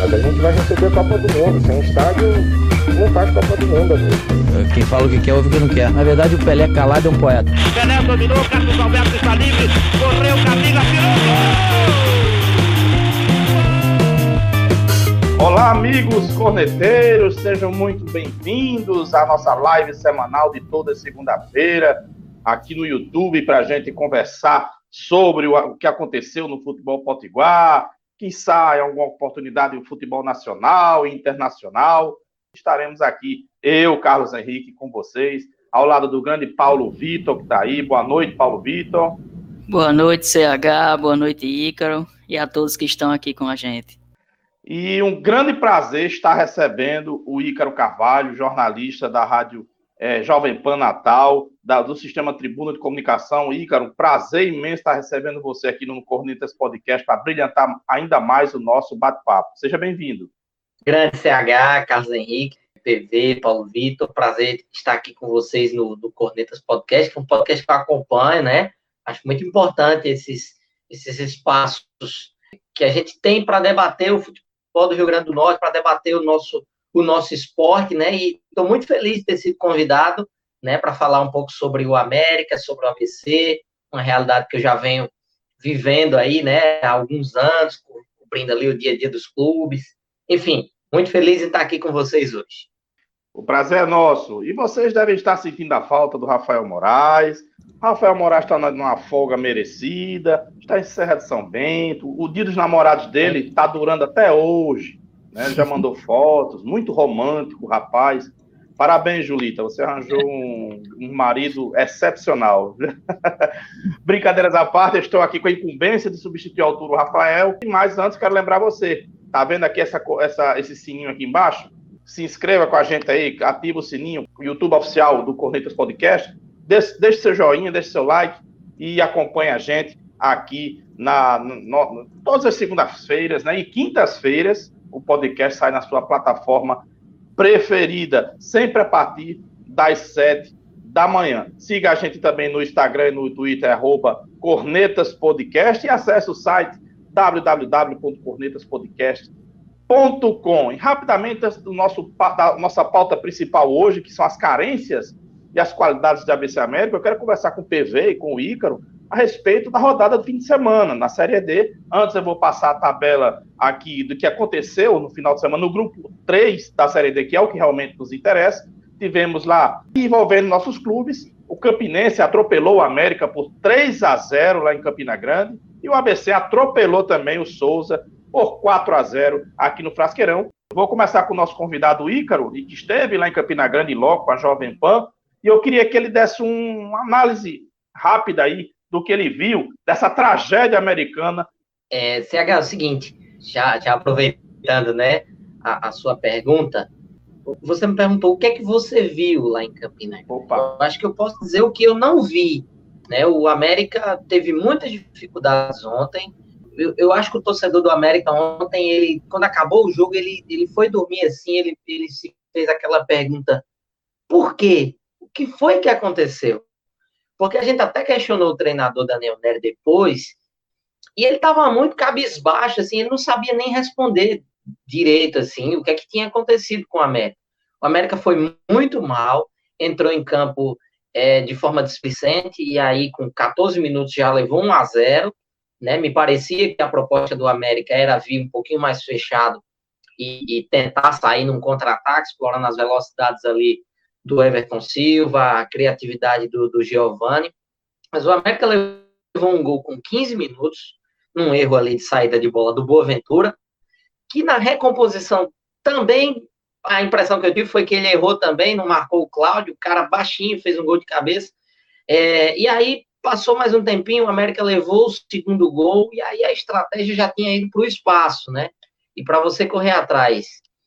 Mas a gente vai receber a Copa do Mundo. Sem estádio, não faz Copa do Mundo, amigo. Quem fala o que quer, ouve o que não quer. Na verdade, o Pelé calado é um poeta. Pelé dominou, Carlos Alberto está livre, correu, Camila, tirou! Olá, amigos corneteiros, sejam muito bem-vindos à nossa live semanal de toda segunda-feira, aqui no YouTube, para a gente conversar sobre o que aconteceu no futebol potiguar, quiçá em alguma oportunidade do futebol nacional e internacional. Estaremos aqui, eu, Carlos Henrique, com vocês, ao lado do grande Paulo Vitor, que está aí. Boa noite, Paulo Vitor. Boa noite, CH, boa noite, Ícaro, e a todos que estão aqui com a gente. E um grande prazer estar recebendo o Ícaro Carvalho, jornalista da Rádio Jovem Pan Natal, do Sistema Tribuna de Comunicação. Ícaro, prazer imenso estar recebendo você aqui no Cornetas Podcast para brilhantar ainda mais o nosso bate-papo. Seja bem-vindo. Grande CH, Carlos Henrique, PV, Paulo Vitor, prazer estar aqui com vocês no Cornetas Podcast, que é um podcast que eu acompanho, né? Acho muito importante esses espaços que a gente tem para debater o futebol do Rio Grande do Norte, para debater o nosso esporte, né? E estou muito feliz de ter sido convidado, né, para falar um pouco sobre o América, sobre o ABC, uma realidade que eu já venho vivendo aí, né, há alguns anos, cumprindo ali o dia a dia dos clubes. Enfim, muito feliz em estar aqui com vocês hoje. O prazer é nosso. E vocês devem estar sentindo a falta do Rafael Moraes. Rafael Moraes está numa folga merecida, está em Serra de São Bento. O dia dos namorados dele está durando até hoje, né? Ele já mandou fotos, muito romântico, rapaz. Parabéns, Julita, você arranjou um marido excepcional. Brincadeiras à parte, eu estou aqui com a incumbência de substituir ao Arturo Rafael. E mais antes, quero lembrar você, tá vendo aqui esse sininho aqui embaixo? Se inscreva com a gente aí, ativa o sininho, o YouTube oficial do Cornetas Podcast. Deixe seu joinha, deixe seu like e acompanhe a gente aqui todas as segundas-feiras, né? E quintas-feiras, o podcast sai na sua plataforma preferida, sempre a partir das 7 da manhã. Siga a gente também no Instagram e no Twitter, @cornetaspodcast, e acesse o site www.cornetaspodcast.com. E rapidamente, da nossa pauta principal hoje, que são as carências e as qualidades de ABC América, eu quero conversar com o PV e com o Ícaro a respeito da rodada do fim de semana, na Série D. Antes eu vou passar a tabela aqui do que aconteceu no final de semana, no grupo 3 da Série D, que é o que realmente nos interessa. Tivemos lá, envolvendo nossos clubes, o Campinense atropelou o América por 3-0 lá em Campina Grande, e o ABC atropelou também o Souza por 4-0 aqui no Frasqueirão. Vou começar com o nosso convidado Ícaro, que esteve lá em Campina Grande logo com a Jovem Pan, e eu queria que ele desse uma análise rápida aí do que ele viu dessa tragédia americana. CH, é o seguinte, já aproveitando, né, a sua pergunta, você me perguntou o que é que você viu lá em Campina. Opa. Eu acho que eu posso dizer o que eu não vi, né? O América teve muitas dificuldades ontem. Eu acho que o torcedor do América ontem, quando acabou o jogo, ele foi dormir assim, ele se fez aquela pergunta: por quê? O que foi que aconteceu? Porque a gente até questionou o treinador Daniel Neri depois, e ele estava muito cabisbaixo, assim, ele não sabia nem responder direito, assim, o que é que tinha acontecido com o América. O América foi muito mal, entrou em campo de forma displicente, e aí com 14 minutos já levou 1-0, né? Me parecia que a proposta do América era vir um pouquinho mais fechado e tentar sair num contra-ataque, explorando as velocidades ali do Everton Silva, a criatividade do Giovani, mas o América levou um gol com 15 minutos, num erro ali de saída de bola do Boaventura, que na recomposição também, a impressão que eu tive foi que ele errou também, não marcou o Cláudio, o cara baixinho, fez um gol de cabeça, e aí passou mais um tempinho, o América levou o segundo gol, e aí a estratégia já tinha ido para o espaço, né? E para você correr atrás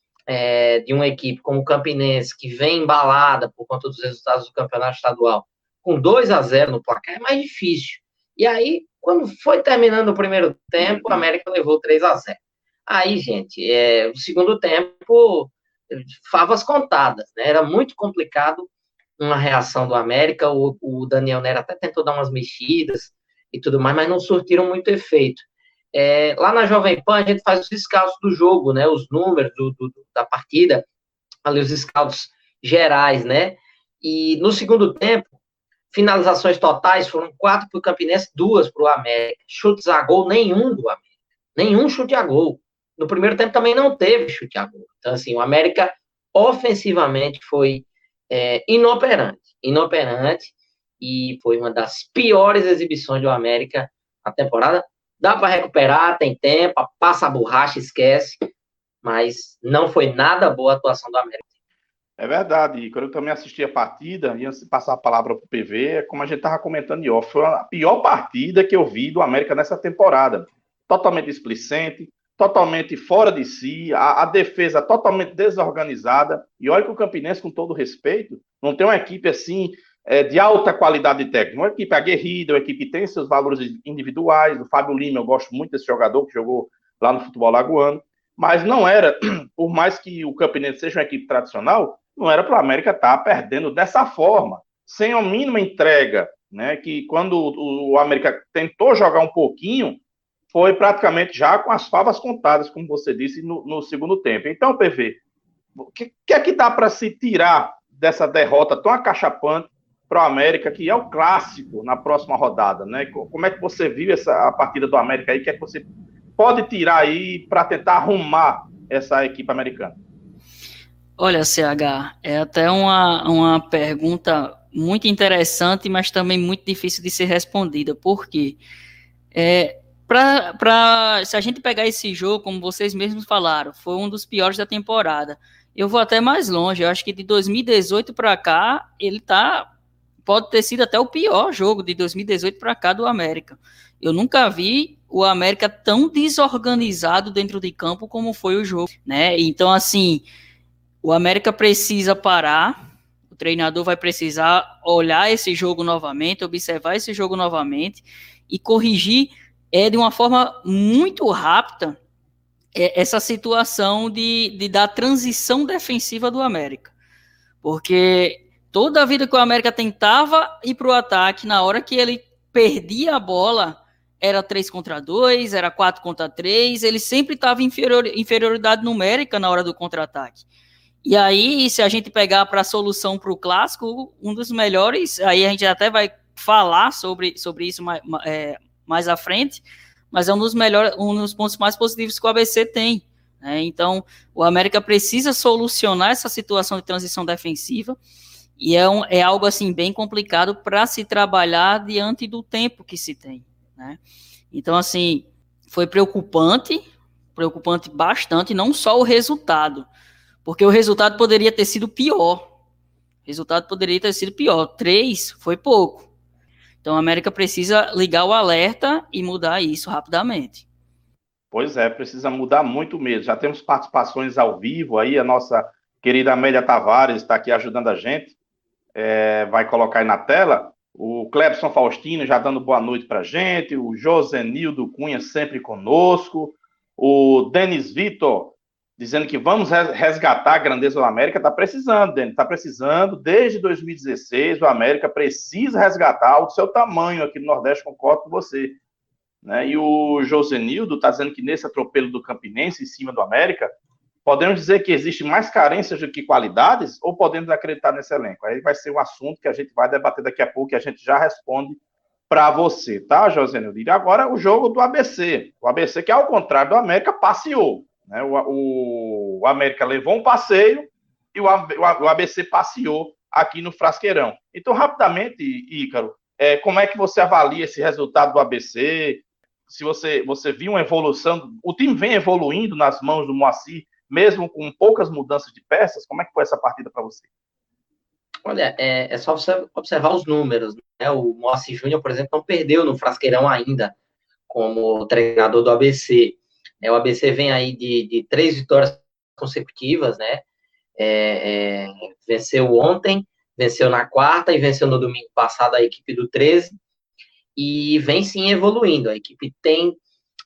de uma equipe como o Campinense, que vem embalada por conta dos resultados do campeonato estadual, com 2-0 no placar, é mais difícil. E aí, quando foi terminando o primeiro tempo, o América levou 3-0. Aí, gente, o segundo tempo, favas contadas, né? Era muito complicado uma reação do América, o Daniel Neri até tentou dar umas mexidas e tudo mais, mas não surtiram muito efeito. Lá na Jovem Pan, a gente faz os scouts do jogo, né? Os números da partida, ali os scouts gerais, né? E no segundo tempo, finalizações totais foram 4 para o Campinense, 2 para o América. Chutes a gol, nenhum do América. Nenhum chute a gol. No primeiro tempo também não teve chute a gol. Então, assim, o América ofensivamente foi inoperante, e foi uma das piores exibições do América na temporada. Dá para recuperar, tem tempo, passa a borracha, esquece, mas não foi nada boa a atuação do América. É verdade, quando eu também assisti a partida, e antes de passar a palavra para o PV, como a gente estava comentando em off, foi a pior partida que eu vi do América nessa temporada. Totalmente displicente, totalmente fora de si, a defesa totalmente desorganizada, e olha que o Campinense, com todo respeito, não tem uma equipe assim de alta qualidade técnica, uma equipe aguerrida, uma equipe que tem seus valores individuais. O Fábio Lima, eu gosto muito desse jogador, que jogou lá no futebol lagoano, mas não era, por mais que o Campinense seja uma equipe tradicional, não era para o América estar perdendo dessa forma, sem a mínima entrega, né? Que quando o América tentou jogar um pouquinho, foi praticamente já com as favas contadas, como você disse, no segundo tempo. Então, PV, o que é que dá para se tirar dessa derrota tão acachapante para o América, que é o clássico na próxima rodada, né? Como é que você viu a partida do América aí? O que é que você pode tirar aí para tentar arrumar essa equipe americana? Olha, CH, é até uma pergunta muito interessante, mas também muito difícil de ser respondida. Por quê? Se a gente pegar esse jogo, como vocês mesmos falaram, foi um dos piores da temporada. Eu vou até mais longe, eu acho que de 2018 para cá, pode ter sido até o pior jogo de 2018 para cá do América. Eu nunca vi o América tão desorganizado dentro de campo como foi o jogo, né? Então, assim, o América precisa parar, o treinador vai precisar olhar esse jogo novamente, observar esse jogo novamente e corrigir de uma forma muito rápida essa situação da transição defensiva do América. Porque toda a vida que o América tentava ir para o ataque, na hora que ele perdia a bola, era 3 contra 2, era 4 contra 3, ele sempre estava em inferioridade numérica na hora do contra-ataque. E aí, se a gente pegar para a solução para o clássico, um dos melhores, aí a gente até vai falar sobre isso mais à frente, mas é um dos pontos mais positivos que o ABC tem, né? Então, o América precisa solucionar essa situação de transição defensiva, e é algo assim bem complicado para se trabalhar diante do tempo que se tem, né? Então, assim, foi preocupante bastante, não só o resultado, porque o resultado poderia ter sido pior. 3 foi pouco. Então, a América precisa ligar o alerta e mudar isso rapidamente. Pois é, precisa mudar muito mesmo. Já temos participações ao vivo aí, a nossa querida Amélia Tavares está aqui ajudando a gente, vai colocar aí na tela. O Clebson Faustino já dando boa noite para a gente, o Josenildo Cunha sempre conosco, o Denis Vitor dizendo que vamos resgatar a grandeza do América. Está precisando, Denis, está precisando. Desde 2016, o América precisa resgatar o seu tamanho aqui no Nordeste, concordo com você, né? E o Josenildo está dizendo que nesse atropelo do Campinense em cima do América, podemos dizer que existe mais carências do que qualidades, ou podemos acreditar nesse elenco? Aí vai ser um assunto que a gente vai debater daqui a pouco e a gente já responde para você, tá, Josenildo? E agora o jogo do ABC. O ABC, que ao contrário do América, passeou, né? O América levou um passeio e o ABC passeou aqui no Frasqueirão. Então, rapidamente, Ícaro, como é que você avalia esse resultado do ABC? Se você viu uma evolução, o time vem evoluindo nas mãos do Moacir, mesmo com poucas mudanças de peças. Como é que foi essa partida para você? Olha, é só você observar os números, né? O Moacir Júnior, por exemplo, não perdeu no Frasqueirão ainda como treinador do ABC. O ABC vem aí de 3 vitórias consecutivas, né? Venceu ontem, venceu na quarta e venceu no domingo passado a equipe do 13, e vem sim evoluindo. A equipe tem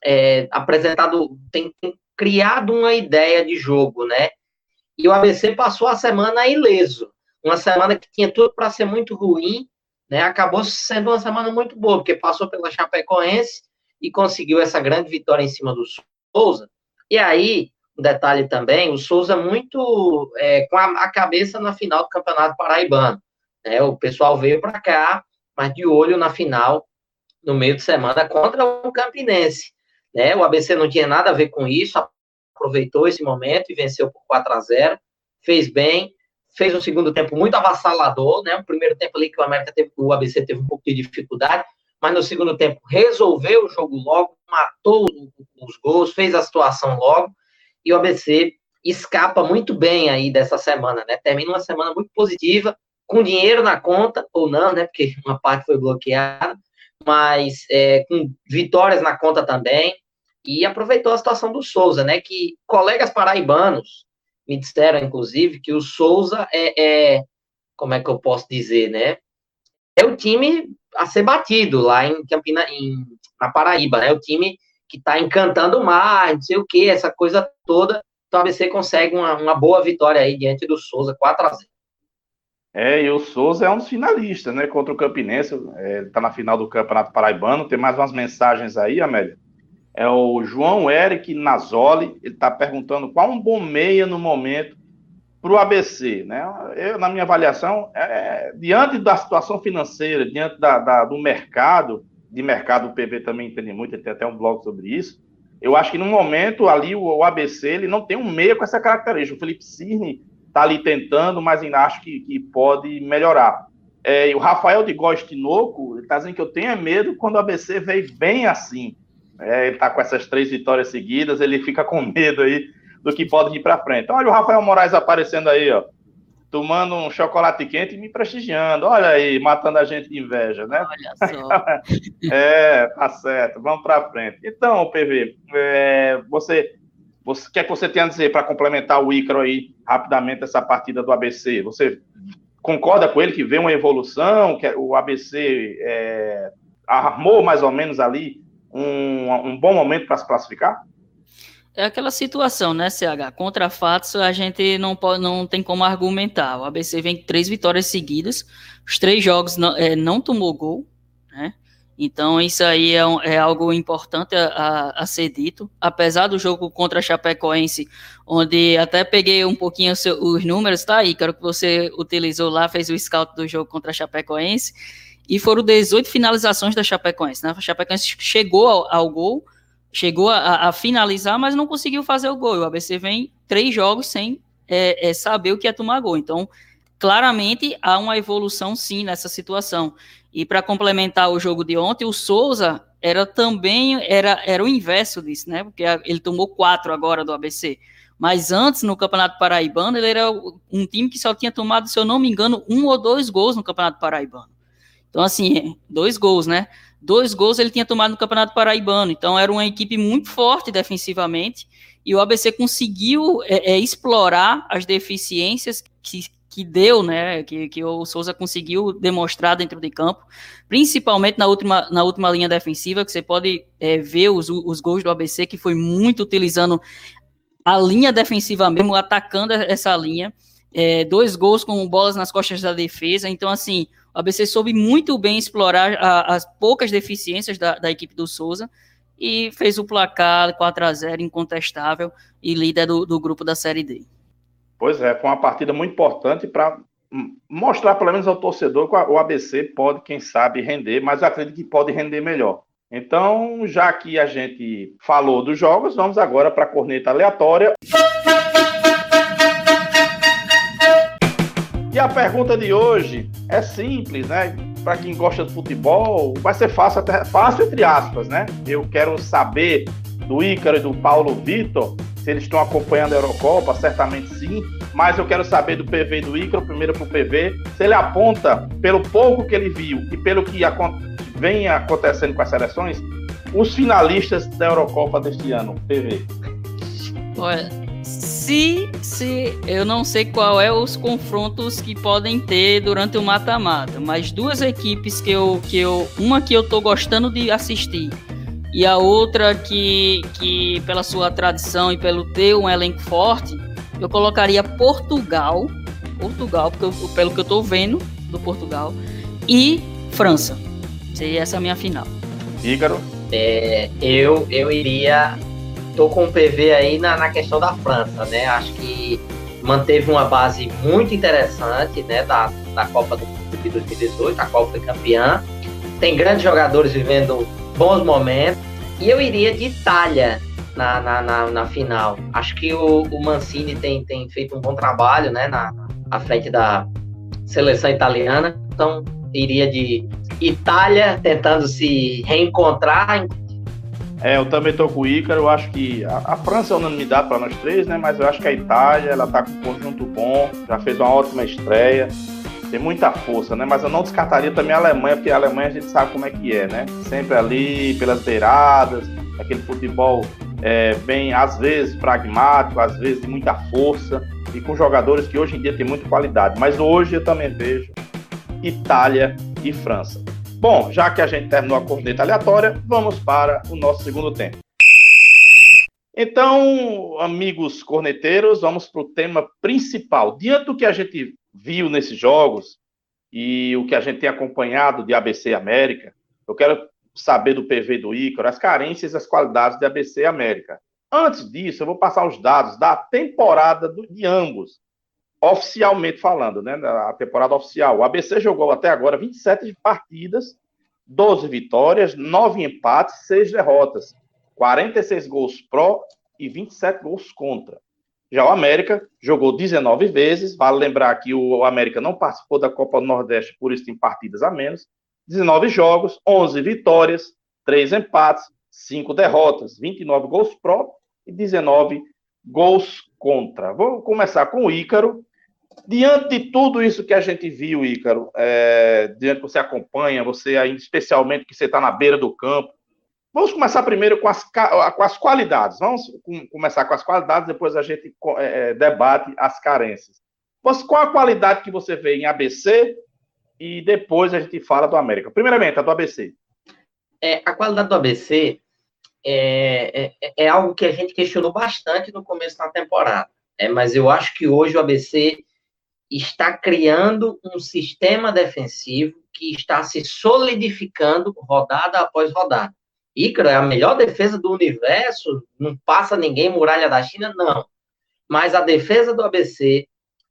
tem criado uma ideia de jogo, né? E o ABC passou a semana ileso, uma semana que tinha tudo para ser muito ruim, né? Acabou sendo uma semana muito boa, porque passou pela Chapecoense e conseguiu essa grande vitória em cima do Souza. E aí, um detalhe também, o Souza muito com a cabeça na final do Campeonato Paraibano. Né? O pessoal veio para cá, mas de olho na final, no meio de semana, contra o Campinense. Né? O ABC não tinha nada a ver com isso, aproveitou esse momento e venceu por 4-0, fez bem, fez um segundo tempo muito avassalador, né? O primeiro tempo ali que o ABC teve um pouco de dificuldade, mas no segundo tempo resolveu o jogo logo, matou os gols, fez a situação logo, e o ABC escapa muito bem aí dessa semana, né? Termina uma semana muito positiva, com dinheiro na conta, ou não, né? Porque uma parte foi bloqueada, mas com vitórias na conta também, e aproveitou a situação do Souza, né? Que colegas paraibanos me disseram, inclusive, que o Souza como é que eu posso dizer, né? É o time a ser batido lá em na Paraíba, né? O time que está encantando mais, não sei o que, essa coisa toda. Então, a ABC consegue uma boa vitória aí diante do Souza, 4-0. E o Souza é um dos finalistas, né? Contra o Campinense, ele tá na final do Campeonato Paraibano. Tem mais umas mensagens aí, Amélia. É o João Eric Nazoli, ele está perguntando qual um bom meia no momento para o ABC, né? Eu, na minha avaliação, diante da situação financeira, diante do mercado, o PV também entende muito, ele tem até um blog sobre isso, eu acho que no momento ali o ABC ele não tem um meia com essa característica. O Felipe Cirne está ali tentando, mas ainda acho que pode melhorar. E o Rafael de Góes Tinoco, ele está dizendo que eu tenho medo quando o ABC veio bem assim. Ele está com essas 3 vitórias seguidas, ele fica com medo aí do que pode ir para frente. Olha o Rafael Moraes aparecendo aí, ó, tomando um chocolate quente e me prestigiando. Olha aí, matando a gente de inveja, né? Olha só. Tá certo, vamos para frente. Então, PV, o que é que você tem a dizer para complementar o Ícaro aí, rapidamente, essa partida do ABC? Você concorda com ele que vê uma evolução, que o ABC armou mais ou menos ali um bom momento para se classificar? É aquela situação, né, CH? Contra fatos, a gente não tem como argumentar. O ABC vem com 3 vitórias seguidas, os 3 jogos não tomou gol, né? Então, isso aí é algo importante a ser dito. Apesar do jogo contra a Chapecoense, onde até peguei um pouquinho os números, tá aí, Ícaro, que você utilizou lá, fez o scout do jogo contra a Chapecoense, e foram 18 finalizações da Chapecoense, né? A Chapecoense chegou ao gol, chegou a finalizar, mas não conseguiu fazer o gol. O ABC vem 3 jogos sem saber o que é tomar gol. Então, claramente, há uma evolução, sim, nessa situação. E para complementar o jogo de ontem, o Souza era o inverso disso, né? Porque ele tomou 4 agora do ABC. Mas antes, no Campeonato Paraibano, ele era um time que só tinha tomado, se eu não me engano, 1 ou 2 gols no Campeonato Paraibano. Então, assim, 2 gols, né? 2 gols ele tinha tomado no Campeonato Paraibano. Então, era uma equipe muito forte defensivamente. E o ABC conseguiu explorar as deficiências que deu, né? Que o Souza conseguiu demonstrar dentro de campo. Principalmente na última linha defensiva, que você pode ver os gols do ABC, que foi muito utilizando a linha defensiva mesmo, atacando essa linha. 2 gols com bolas nas costas da defesa. Então, assim, o ABC soube muito bem explorar as poucas deficiências da equipe do Souza e fez o placar 4-0 incontestável e líder do grupo da Série D. Pois é, foi uma partida muito importante para mostrar pelo menos ao torcedor que o ABC pode, quem sabe, render, mas eu acredito que pode render melhor. Então, já que a gente falou dos jogos, vamos agora para a corneta aleatória. E a pergunta de hoje é simples, né? Para quem gosta de futebol, vai ser fácil entre aspas, né? Eu quero saber do Ícaro e do Paulo Vitor se eles estão acompanhando a Eurocopa, certamente sim, mas eu quero saber do PV e do Ícaro, primeiro para o PV, se ele aponta, pelo pouco que ele viu e pelo que vem acontecendo com as seleções, os finalistas da Eurocopa deste ano, PV. Olha, se eu não sei qual é os confrontos que podem ter durante o mata-mata, mas 2 equipes uma que eu tô gostando de assistir e a outra que pela sua tradição e pelo ter um elenco forte, eu colocaria Portugal, porque pelo que eu tô vendo do Portugal, e França. Seria essa a minha final. Ícaro? Eu iria... Tô com o PV aí na questão da França, né? Acho que manteve uma base muito interessante, né? Da Copa de 2018, a qual foi campeã. Tem grandes jogadores vivendo bons momentos. E eu iria de Itália na final. Acho que o Mancini tem feito um bom trabalho, né? À frente da seleção italiana. Então, iria de Itália tentando se reencontrar. Eu também tô com o Ícaro. Eu acho que a França é unanimidade para nós três, né? Mas eu acho que a Itália, ela tá com um conjunto bom, já fez uma ótima estreia, tem muita força, né? Mas eu não descartaria também a Alemanha, porque a Alemanha a gente sabe como é que é, né? Sempre ali pelas beiradas, aquele futebol bem, às vezes pragmático, às vezes de muita força, e com jogadores que hoje em dia têm muita qualidade. Mas hoje eu também vejo Itália e França. Bom, já que a gente terminou a corneta aleatória, vamos para o nosso segundo tempo. Então, amigos corneteiros, vamos para o tema principal. Diante do que a gente viu nesses jogos e o que a gente tem acompanhado de ABC América, eu quero saber do PV do Ícaro as carências e as qualidades de ABC América. Antes disso, eu vou passar os dados da temporada de ambos, oficialmente falando, né? A temporada oficial. O ABC jogou até agora 27 partidas, 12 vitórias, 9 empates, 6 derrotas, 46 gols pró e 27 gols contra. Já o América jogou 19 vezes, vale lembrar que o América não participou da Copa do Nordeste, por isso tem partidas a menos, 19 jogos, 11 vitórias, 3 empates, 5 derrotas, 29 gols pró e 19 gols contra. Vou começar com o Ícaro. Diante de tudo isso que a gente viu, Ícaro, diante que você acompanha, você aí, especialmente que você está na beira do campo, vamos começar primeiro com as qualidades. Vamos começar com as qualidades, depois a gente debate as carências. Qual a qualidade que você vê em ABC e depois a gente fala do América? Primeiramente, a do ABC. A qualidade do ABC é algo que a gente questionou bastante no começo da temporada. Mas eu acho que hoje o ABC está criando um sistema defensivo que está se solidificando rodada após rodada. Ícaro é a melhor defesa do universo, não passa ninguém, muralha da China, não. Mas a defesa do ABC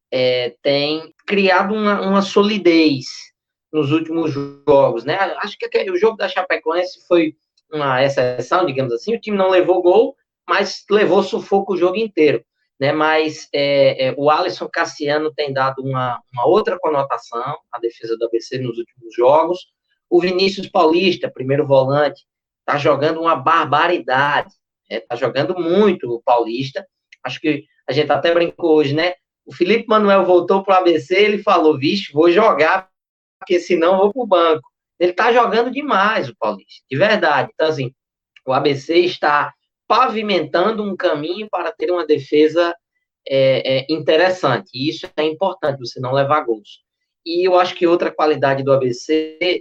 tem criado uma solidez nos últimos jogos, né? Acho que o jogo da Chapecoense foi uma exceção, digamos assim. O time não levou gol, mas levou sufoco o jogo inteiro, né? Mas o Alisson Cassiano tem dado uma outra conotação à defesa do ABC nos últimos jogos. O Vinícius Paulista, primeiro volante, tá jogando uma barbaridade, tá jogando muito o Paulista. Acho que a gente até brincou hoje, né? O Felipe Manuel voltou pro ABC, ele falou, vixe, vou jogar, porque senão vou pro banco. Ele tá jogando demais, o Paulista, de verdade. Então, assim, o ABC está pavimentando um caminho para ter uma defesa interessante. E isso é importante, você não levar gols. E eu acho que outra qualidade do ABC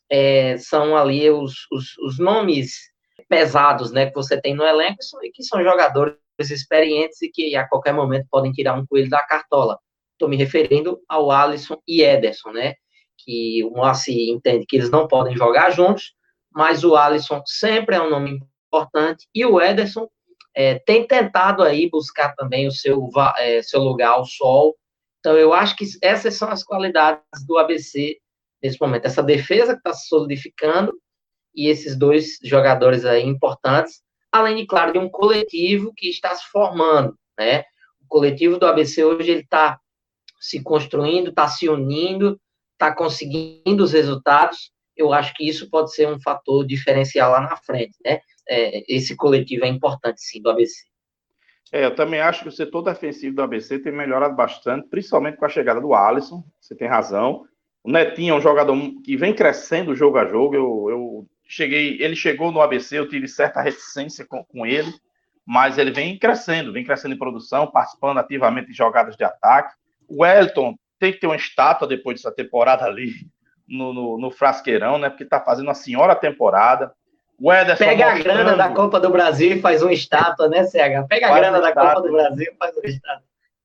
são ali os nomes pesados, né, que você tem no elenco, que são jogadores experientes e que a qualquer momento podem tirar um coelho da cartola. Estou me referindo ao Alisson e Ederson, né, que o Moacir entende que eles não podem jogar juntos, mas o Alisson sempre é um nome importante e o Ederson tem tentado aí buscar também o seu lugar ao sol. Então eu acho que essas são as qualidades do ABC nesse momento, essa defesa que está se solidificando e esses dois jogadores aí importantes, além de, claro, de um coletivo que está se formando, né? O coletivo do ABC hoje, ele está se construindo, está se unindo, está conseguindo os resultados. Eu acho que isso pode ser um fator diferencial lá na frente, né? Esse coletivo é importante, sim, do ABC. Eu também acho que o setor defensivo do ABC tem melhorado bastante, principalmente com a chegada do Alisson, você tem razão. O Netinho é um jogador que vem crescendo jogo a jogo. Ele chegou no ABC, eu tive certa reticência com ele, mas ele vem crescendo em produção, participando ativamente de jogadas de ataque. O Wellington tem que ter uma estátua depois dessa temporada ali no Frasqueirão, né? Porque tá fazendo uma senhora temporada. O Ederson pega a grana da Copa do Brasil e faz uma estátua, né, CH? Pega a grana da Copa do Brasil e faz uma estátua.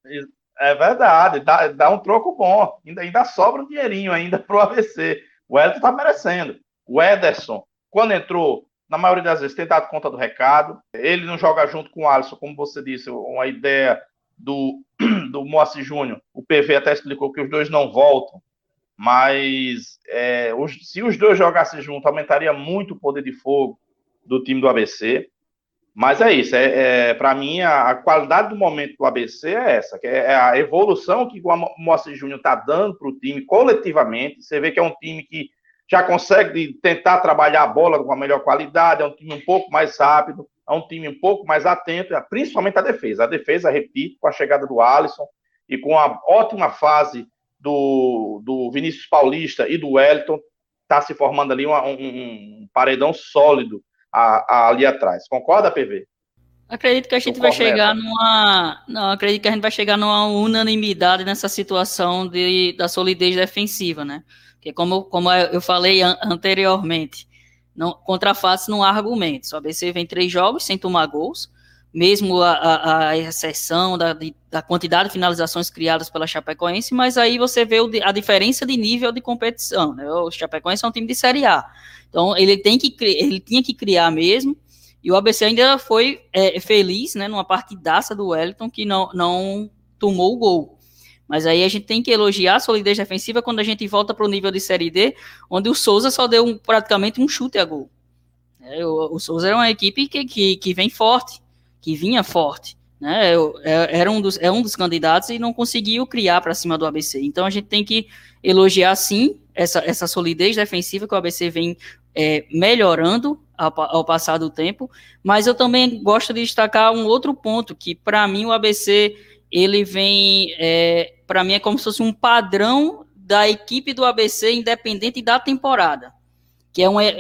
É verdade, dá um troco bom. Ainda sobra um dinheirinho ainda pro ABC. O Wellington tá merecendo. O Ederson, quando entrou, na maioria das vezes, tem dado conta do recado. Ele não joga junto com o Alisson, como você disse, uma ideia do Moacir Júnior. O PV até explicou que os dois não voltam, mas se os dois jogassem junto, aumentaria muito o poder de fogo do time do ABC. Mas é isso, para mim, a qualidade do momento do ABC é essa, que é a evolução que o Moacir Júnior está dando para o time coletivamente. Você vê que é um time que já consegue tentar trabalhar a bola com a melhor qualidade, é um time um pouco mais rápido, é um time um pouco mais atento, principalmente a defesa. A defesa, repito, com a chegada do Alisson e com a ótima fase do Vinícius Paulista e do Wellington, está se formando ali um paredão sólido ali atrás. Concorda, PV? Acredito que a gente vai chegar acredito que a gente vai chegar numa unanimidade nessa situação da solidez defensiva, né? Porque como eu falei anteriormente, contra a face não há argumentos. O ABC vem 3 jogos sem tomar gols, mesmo a exceção da quantidade de finalizações criadas pela Chapecoense, mas aí você vê a diferença de nível de competição, né? O Chapecoense é um time de Série A, então ele tinha que criar mesmo, e o ABC ainda foi feliz, né, numa partidaça do Wellington que não tomou o gol. Mas aí a gente tem que elogiar a solidez defensiva quando a gente volta para o nível de Série D, onde o Souza só deu praticamente um chute a gol. O Souza é uma equipe que vem forte, que vinha forte, né? É um dos candidatos e não conseguiu criar para cima do ABC. Então a gente tem que elogiar sim essa solidez defensiva que o ABC vem melhorando ao passar do tempo, mas eu também gosto de destacar um outro ponto, que para mim o ABC ele vem, para mim é como se fosse um padrão da equipe do ABC independente da temporada, que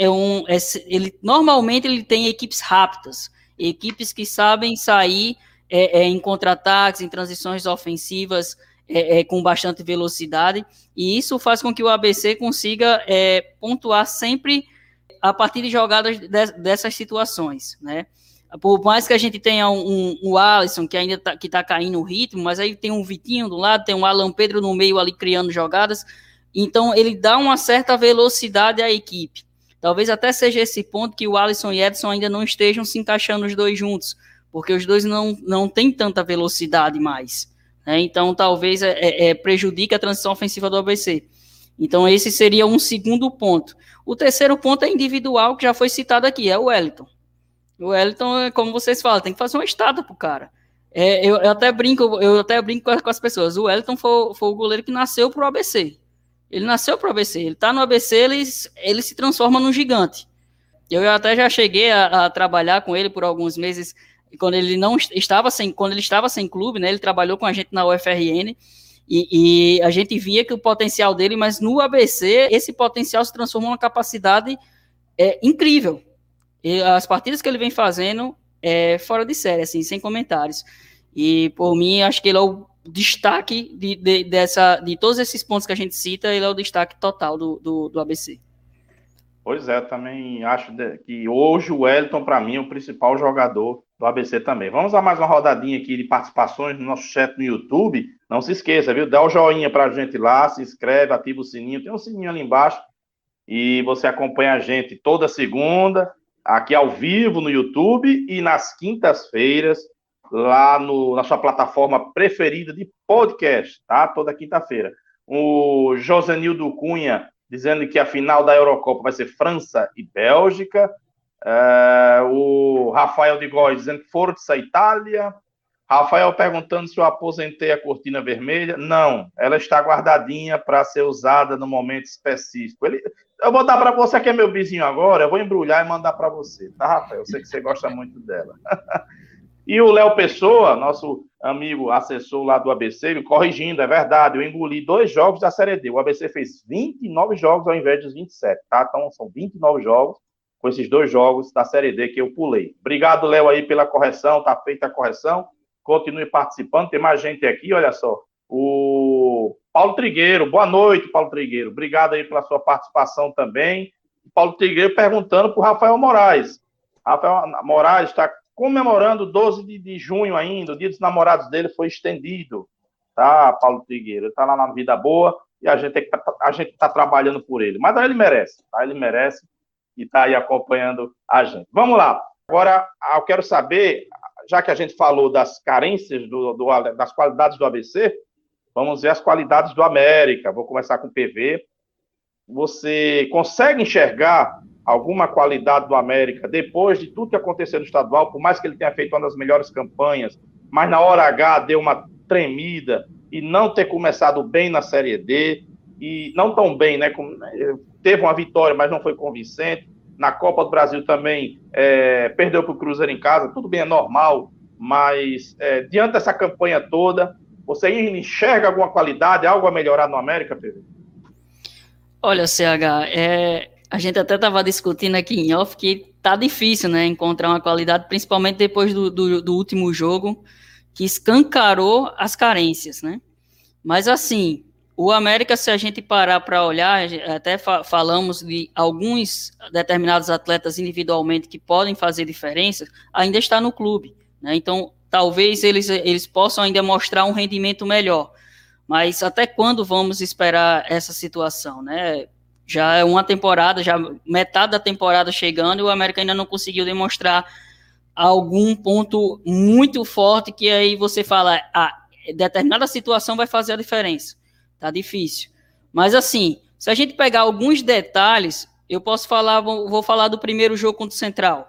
normalmente ele tem equipes rápidas, equipes que sabem sair em contra-ataques, em transições ofensivas com bastante velocidade, e isso faz com que o ABC consiga pontuar sempre a partir de jogadas dessas situações, né? Por mais que a gente tenha um Alisson que ainda tá caindo o ritmo, mas aí tem um Vitinho do lado, tem um Alan Pedro no meio ali criando jogadas, então ele dá uma certa velocidade à equipe. Talvez até seja esse ponto que o Alisson e Edson ainda não estejam se encaixando os dois juntos, porque os dois não têm tanta velocidade mais, né? Então talvez prejudique a transição ofensiva do ABC. Então esse seria um segundo ponto. O terceiro ponto é individual, que já foi citado aqui, é o Wellington. O Wellington, como vocês falam, tem que fazer uma estátua pro cara. Eu até brinco com as pessoas. O Wellington foi o goleiro que nasceu pro ABC. Ele nasceu pro ABC. Ele tá no ABC, ele se transforma num gigante. Eu até já cheguei a trabalhar com ele por alguns meses, quando ele estava sem clube, né? Ele trabalhou com a gente na UFRN. E a gente via que o potencial dele, mas no ABC, esse potencial se transformou numa capacidade incrível. E as partidas que ele vem fazendo fora de série, assim, sem comentários. E, por mim, acho que ele é o destaque de todos esses pontos que a gente cita, ele é o destaque total do ABC. Pois é, também acho que hoje o Wellington, para mim, é o principal jogador do ABC também. Vamos a mais uma rodadinha aqui de participações no nosso chat no YouTube. Não se esqueça, viu? Dá o joinha pra gente lá, se inscreve, ativa o sininho. Tem um sininho ali embaixo e você acompanha a gente toda segunda, aqui ao vivo no YouTube e nas quintas-feiras lá na sua plataforma preferida de podcast, tá? Toda quinta-feira. O Josenildo Cunha dizendo que a final da Eurocopa vai ser França e Bélgica. O Rafael de Góes dizendo que Força Itália. Rafael perguntando se eu aposentei a cortina vermelha. Não, ela está guardadinha para ser usada no momento específico. Eu vou dar para você, que é meu vizinho agora, eu vou embrulhar e mandar para você, tá, Rafael? Eu sei que você gosta muito dela. E o Léo Pessoa, nosso amigo assessor lá do ABC, me corrigindo, é verdade, eu engoli 2 jogos da Série D. O ABC fez 29 jogos ao invés dos 27, tá? Então são 29 jogos com esses 2 jogos da Série D que eu pulei. Obrigado, Léo, aí pela correção, tá feita a correção. Continue participando, tem mais gente aqui, olha só. O Paulo Trigueiro, boa noite, Paulo Trigueiro. Obrigado aí pela sua participação também. O Paulo Trigueiro perguntando para o Rafael Moraes. Rafael Moraes está comemorando 12 de junho ainda, o dia dos namorados dele foi estendido, tá, Paulo Trigueiro? Ele está lá na vida boa e a gente está trabalhando por ele. Mas ele merece, tá? Ele merece. que está aí acompanhando a gente. Vamos lá. Agora, eu quero saber, já que a gente falou das carências, das qualidades do ABC, vamos ver as qualidades do América. Vou começar com o PV. Você consegue enxergar alguma qualidade do América depois de tudo que aconteceu no estadual, por mais que ele tenha feito uma das melhores campanhas, mas na hora H deu uma tremida e não ter começado bem na Série D, e não tão bem, né? Teve uma vitória, mas não foi convincente. Na Copa do Brasil também perdeu para o Cruzeiro em casa, tudo bem, é normal, mas diante dessa campanha toda, você enxerga alguma qualidade, algo a melhorar no América, Pedro? Olha, CH, a gente até estava discutindo aqui em off que tá difícil, né, encontrar uma qualidade, principalmente depois do último jogo, que escancarou as carências, né? Mas assim, o América, se a gente parar para olhar, até falamos de alguns determinados atletas individualmente que podem fazer diferença, ainda está no clube, né? Então, talvez eles possam ainda mostrar um rendimento melhor. Mas até quando vamos esperar essa situação, né? Já é uma temporada, já metade da temporada chegando e o América ainda não conseguiu demonstrar algum ponto muito forte que aí você fala, determinada situação vai fazer a diferença. Tá difícil. Mas assim, se a gente pegar alguns detalhes, eu posso falar, vou falar do primeiro jogo contra o Central.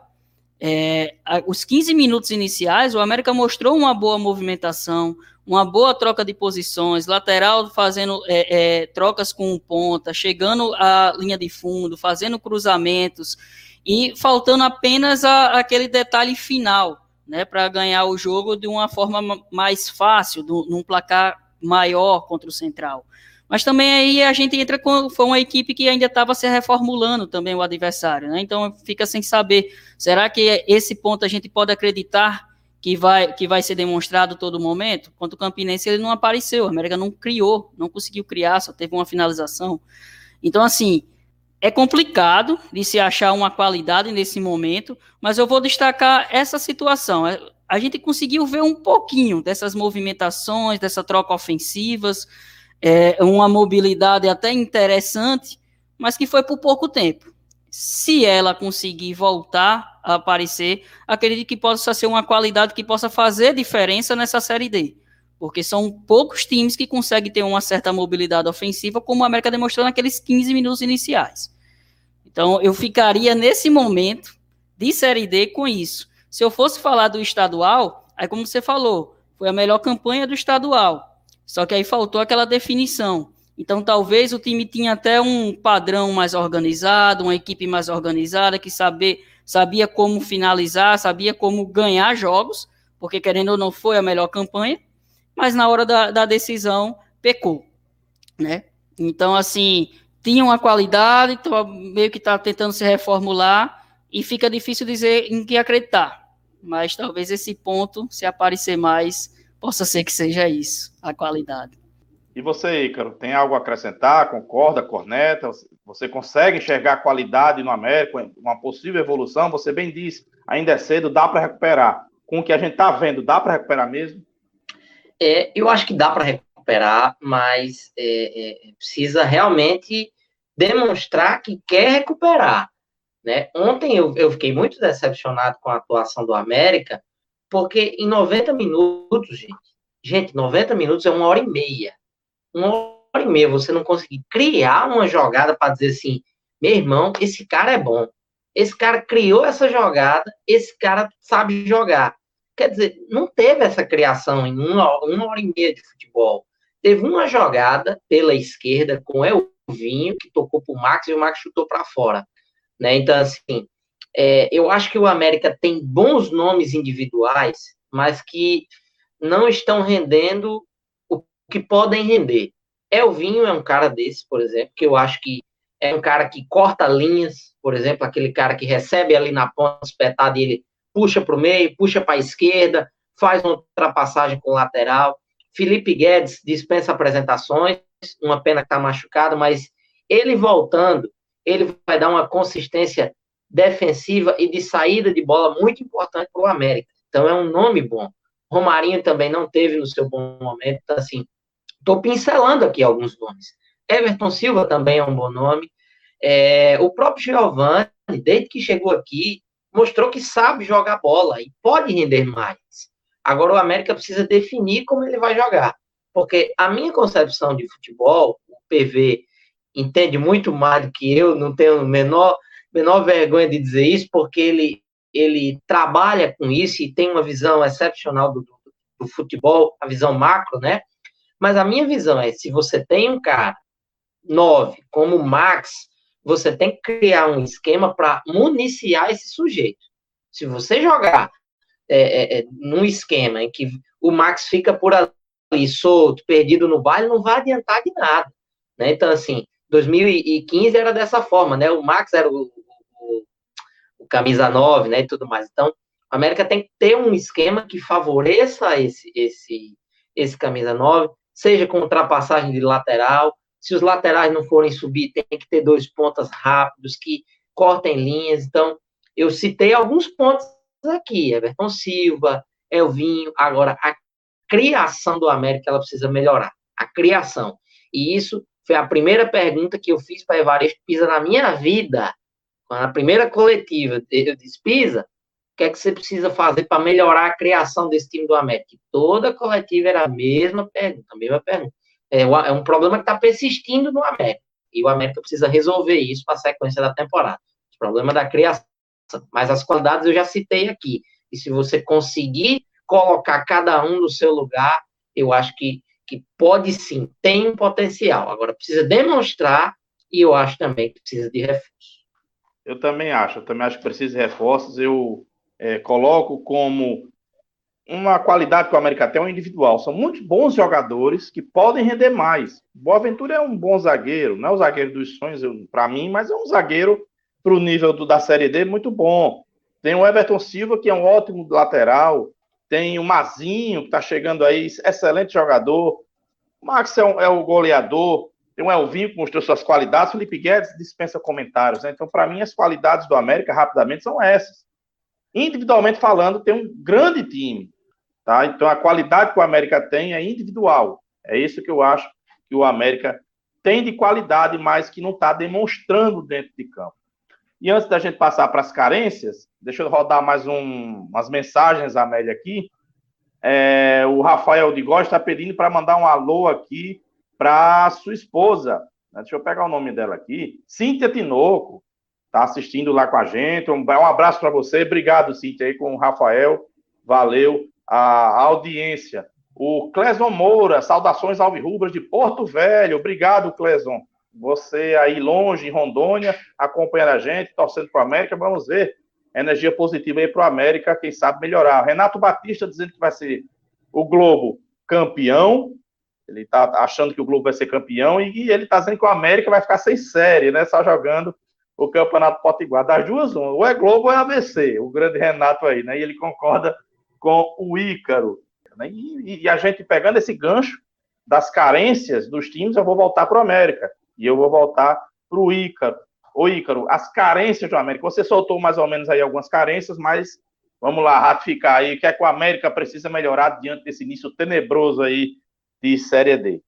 Os 15 minutos iniciais, o América mostrou uma boa movimentação, uma boa troca de posições, lateral fazendo trocas com um ponta, chegando à linha de fundo, fazendo cruzamentos e faltando apenas aquele detalhe final, né, para ganhar o jogo de uma forma mais fácil, num placar maior contra o Central. Mas também aí a gente entra foi uma equipe que ainda estava se reformulando também o adversário, né? Então fica sem saber, será que esse ponto a gente pode acreditar que vai ser demonstrado todo momento? Quanto o Campinense ele não apareceu, a América não criou, não conseguiu criar, só teve uma finalização. Então assim, é complicado de se achar uma qualidade nesse momento, mas eu vou destacar essa situação. A gente conseguiu ver um pouquinho dessas movimentações, dessa troca ofensivas, uma mobilidade até interessante, mas que foi por pouco tempo. Se ela conseguir voltar a aparecer, acredito que possa ser uma qualidade que possa fazer diferença nessa Série D, porque são poucos times que conseguem ter uma certa mobilidade ofensiva, como a América demonstrou naqueles 15 minutos iniciais. Então, eu ficaria nesse momento de Série D com isso. Se eu fosse falar do estadual, aí como você falou, foi a melhor campanha do estadual, só que aí faltou aquela definição. Então talvez o time tinha até um padrão mais organizado, uma equipe mais organizada, que sabia como finalizar, sabia como ganhar jogos, porque querendo ou não foi a melhor campanha, mas na hora da decisão pecou, né? Então assim, tinha uma qualidade, então meio que está tentando se reformular, e fica difícil dizer em que acreditar, mas talvez esse ponto, se aparecer mais, possa ser que seja isso, a qualidade. E você, Ícaro, tem algo a acrescentar? Concorda, corneta? Você consegue enxergar a qualidade no América, uma possível evolução? Você bem disse, ainda é cedo, dá para recuperar. Com o que a gente está vendo, dá para recuperar mesmo? Eu acho que dá para recuperar, mas precisa realmente demonstrar que quer recuperar. Né? Ontem eu fiquei muito decepcionado com a atuação do América, porque em 90 minutos, gente, 90 minutos é 1h30. 1h30 você não conseguir criar uma jogada para dizer assim, meu irmão, esse cara é bom. Esse cara criou essa jogada, esse cara sabe jogar. Quer dizer, não teve essa criação em 1h30 de futebol. Teve uma jogada pela esquerda com o Elvinho, que tocou para o Max e o Max chutou para fora. Né? Então, assim, eu acho que o América tem bons nomes individuais, mas que não estão rendendo o que podem render. Elvinho é um cara desse, por exemplo, que eu acho que é um cara que corta linhas, por exemplo, aquele cara que recebe ali na ponta espetada e ele puxa para o meio, puxa para a esquerda, faz uma ultrapassagem com o lateral. Felipe Guedes dispensa apresentações, uma pena que está machucado, mas ele voltando, ele vai dar uma consistência defensiva e de saída de bola muito importante para o América. Então, é um nome bom. Romarinho também não teve no seu bom momento. Então, assim, estou pincelando aqui alguns nomes. Everton Silva também é um bom nome. O próprio Giovani, desde que chegou aqui, mostrou que sabe jogar bola e pode render mais. Agora o América precisa definir como ele vai jogar. Porque a minha concepção de futebol, o PV entende muito mais do que eu, não tenho menor vergonha de dizer isso, porque ele trabalha com isso e tem uma visão excepcional do futebol, a visão macro, né? Mas a minha visão é, se você tem um cara 9 como o Max, você tem que criar um esquema para municiar esse sujeito. Se você jogar num esquema em que o Max fica por ali solto, perdido no baile, não vai adiantar de nada, né? Então, assim, 2015 era dessa forma, né? O Max era o camisa 9, né, e tudo mais. Então, a América tem que ter um esquema que favoreça esse camisa 9, seja com ultrapassagem de lateral. Se os laterais não forem subir, tem que ter 2 pontas rápidos que cortem linhas. Então, eu citei alguns pontos aqui, Everton Silva, Elvinho. Agora, a criação do América, ela precisa melhorar. A criação. E isso foi a primeira pergunta que eu fiz para Evaristo Pisa na minha vida. Na primeira coletiva, eu disse, Pisa, o que é que você precisa fazer para melhorar a criação desse time do América? E toda coletiva era a mesma pergunta. É um problema que está persistindo no América. E o América precisa resolver isso para a sequência da temporada. O problema da criação. Mas as qualidades eu já citei aqui. E se você conseguir colocar cada um no seu lugar, eu acho que pode sim, tem um potencial. Agora, precisa demonstrar e eu acho também que precisa de reforço. Eu também acho que precisa de reforços. Eu coloco como uma qualidade que o América tem, é o individual. São muitos bons jogadores que podem render mais. Boaventura é um bom zagueiro, não é o zagueiro dos sonhos para mim, mas é um zagueiro para o nível da Série D muito bom. Tem o Everton Silva, que é um ótimo lateral. Tem o Mazinho, que está chegando aí, excelente jogador. O Max é o goleador. Tem o Elvinho, que mostrou suas qualidades. O Felipe Guedes dispensa comentários, né? Então, para mim, as qualidades do América, rapidamente, são essas. Individualmente falando, tem um grande time. Tá? Então, a qualidade que o América tem é individual. É isso que eu acho que o América tem de qualidade, mas que não está demonstrando dentro de campo. E antes da gente passar para as carências, deixa eu rodar mais umas mensagens, Amélia, aqui. O Rafael de Góes está pedindo para mandar um alô aqui para sua esposa. Deixa eu pegar o nome dela aqui. Cíntia Tinoco está assistindo lá com a gente. Um abraço para você. Obrigado, Cíntia, aí com o Rafael. Valeu a audiência. O Cleson Moura, saudações alvirrubras de Porto Velho. Obrigado, Cleson. Você aí longe, em Rondônia, acompanhando a gente, torcendo para o América. Vamos ver energia positiva aí para o América, quem sabe melhorar. Renato Batista dizendo que vai ser o Globo campeão. Ele está achando que o Globo vai ser campeão e ele está dizendo que o América vai ficar sem série, né? Só jogando o Campeonato Potiguar. Das duas, ou é Globo ou é ABC, o grande Renato aí, né? E ele concorda com o Ícaro. Né? E a gente pegando esse gancho das carências dos times, eu vou voltar para o América. E eu vou voltar para o Ícaro. Ô, Ícaro, as carências do América. Você soltou mais ou menos aí algumas carências, mas vamos lá, ratificar aí. O que é que o América precisa melhorar diante desse início tenebroso aí de Série D?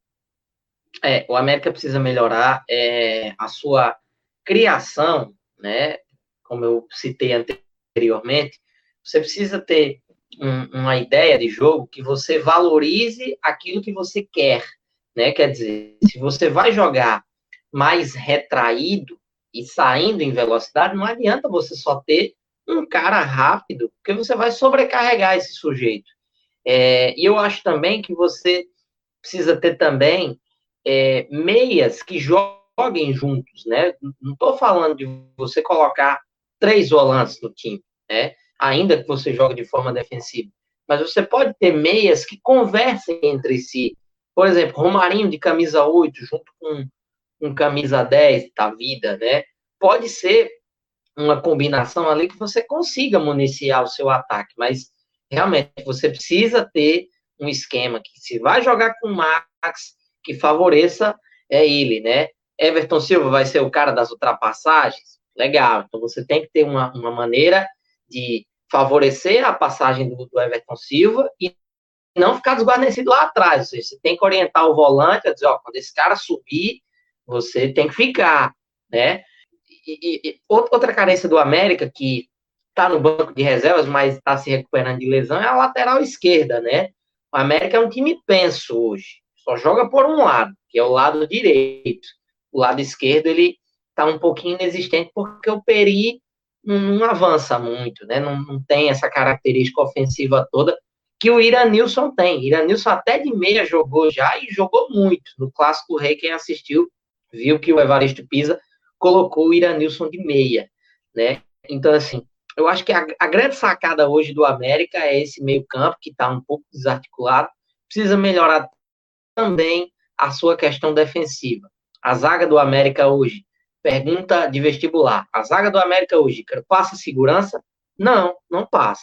O América precisa melhorar a sua criação, né? Como eu citei anteriormente, você precisa ter uma ideia de jogo que você valorize aquilo que você quer, né? Quer dizer, se você vai jogar mais retraído e saindo em velocidade, não adianta você só ter um cara rápido, porque você vai sobrecarregar esse sujeito. E eu acho também que você precisa ter também meias que joguem juntos, né? Não estou falando de você colocar 3 volantes no time, né? Ainda que você jogue de forma defensiva. Mas você pode ter meias que conversem entre si. Por exemplo, Romarinho de camisa 8 junto com um camisa 10 da vida, né? Pode ser uma combinação ali que você consiga municiar o seu ataque, mas realmente você precisa ter um esquema que, se vai jogar com o Max, que favoreça ele, né? Everton Silva vai ser o cara das ultrapassagens? Legal, então você tem que ter uma maneira de favorecer a passagem do Everton Silva e não ficar desguarnecido lá atrás. Ou seja, você tem que orientar o volante a dizer, quando esse cara subir, você tem que ficar, né? outra carência do América, que está no banco de reservas, mas está se recuperando de lesão, é a lateral esquerda, né? O América é um time penso hoje. Só joga por um lado, que é o lado direito. O lado esquerdo, ele está um pouquinho inexistente, porque o Peri não avança muito, né? Não tem essa característica ofensiva toda que o Iranilson tem. Iranilson até de meia jogou já, e jogou muito. No Clássico Rei, quem assistiu, viu que o Evaristo Pisa colocou o Iranilson de meia, né? Então, assim, eu acho que a grande sacada hoje do América é esse meio campo, que está um pouco desarticulado. Precisa melhorar também a sua questão defensiva. A zaga do América hoje, pergunta de vestibular, a zaga do América hoje passa segurança? Não passa.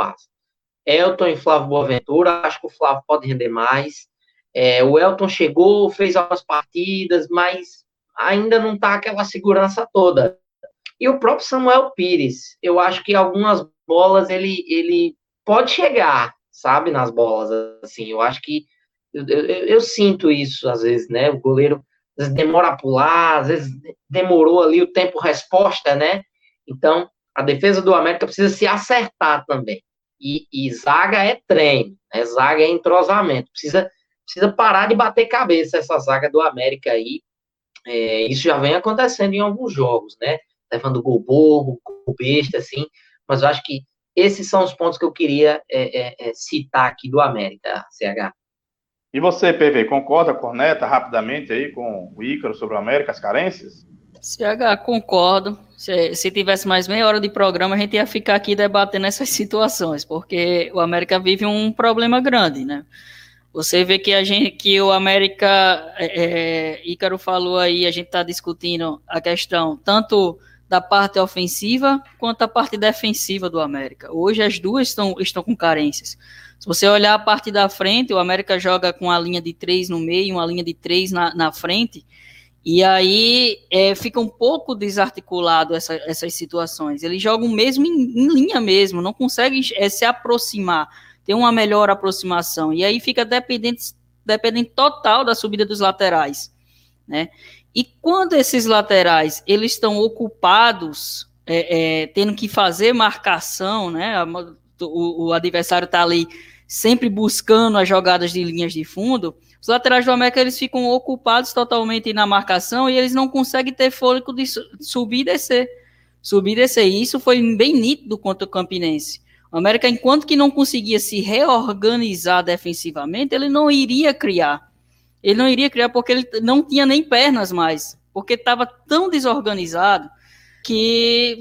Elton e Flávio Boaventura, acho que o Flávio pode render mais. O Elton chegou, fez algumas partidas, mas ainda não está aquela segurança toda. E o próprio Samuel Pires, eu acho que algumas bolas ele pode chegar, sabe, nas bolas, assim, eu acho que eu sinto isso às vezes, né, o goleiro às vezes demora a pular, às vezes demorou ali o tempo-resposta, né, então a defesa do América precisa se acertar também, e zaga é treino, né? Zaga é entrosamento, precisa parar de bater cabeça essa zaga do América aí, isso já vem acontecendo em alguns jogos, né, levando gol bobo, gol besta, assim, mas eu acho que esses são os pontos que eu queria citar aqui do América, CH. E você, PV, concorda, corneta, rapidamente aí com o Ícaro sobre o América, as carências? CH, concordo. Se tivesse mais meia hora de programa, a gente ia ficar aqui debatendo essas situações, porque o América vive um problema grande, né? Você vê que o América, Ícaro falou aí, a gente está discutindo a questão tanto da parte ofensiva quanto a parte defensiva do América. Hoje as duas estão com carências. Se você olhar a parte da frente, o América joga com a linha de 3 no meio, uma linha de 3 na frente, e aí fica um pouco desarticulado essas situações. Eles jogam mesmo em linha mesmo, não conseguem se aproximar, ter uma melhor aproximação, e aí fica dependente total da subida dos laterais, né? E quando esses laterais eles estão ocupados, tendo que fazer marcação, né? O adversário está ali sempre buscando as jogadas de linhas de fundo, os laterais do América eles ficam ocupados totalmente na marcação e eles não conseguem ter fôlego de subir e descer. E isso foi bem nítido contra o Campinense. O América, enquanto que não conseguia se reorganizar defensivamente, ele não iria criar. Ele não iria criar porque ele não tinha nem pernas mais, porque estava tão desorganizado que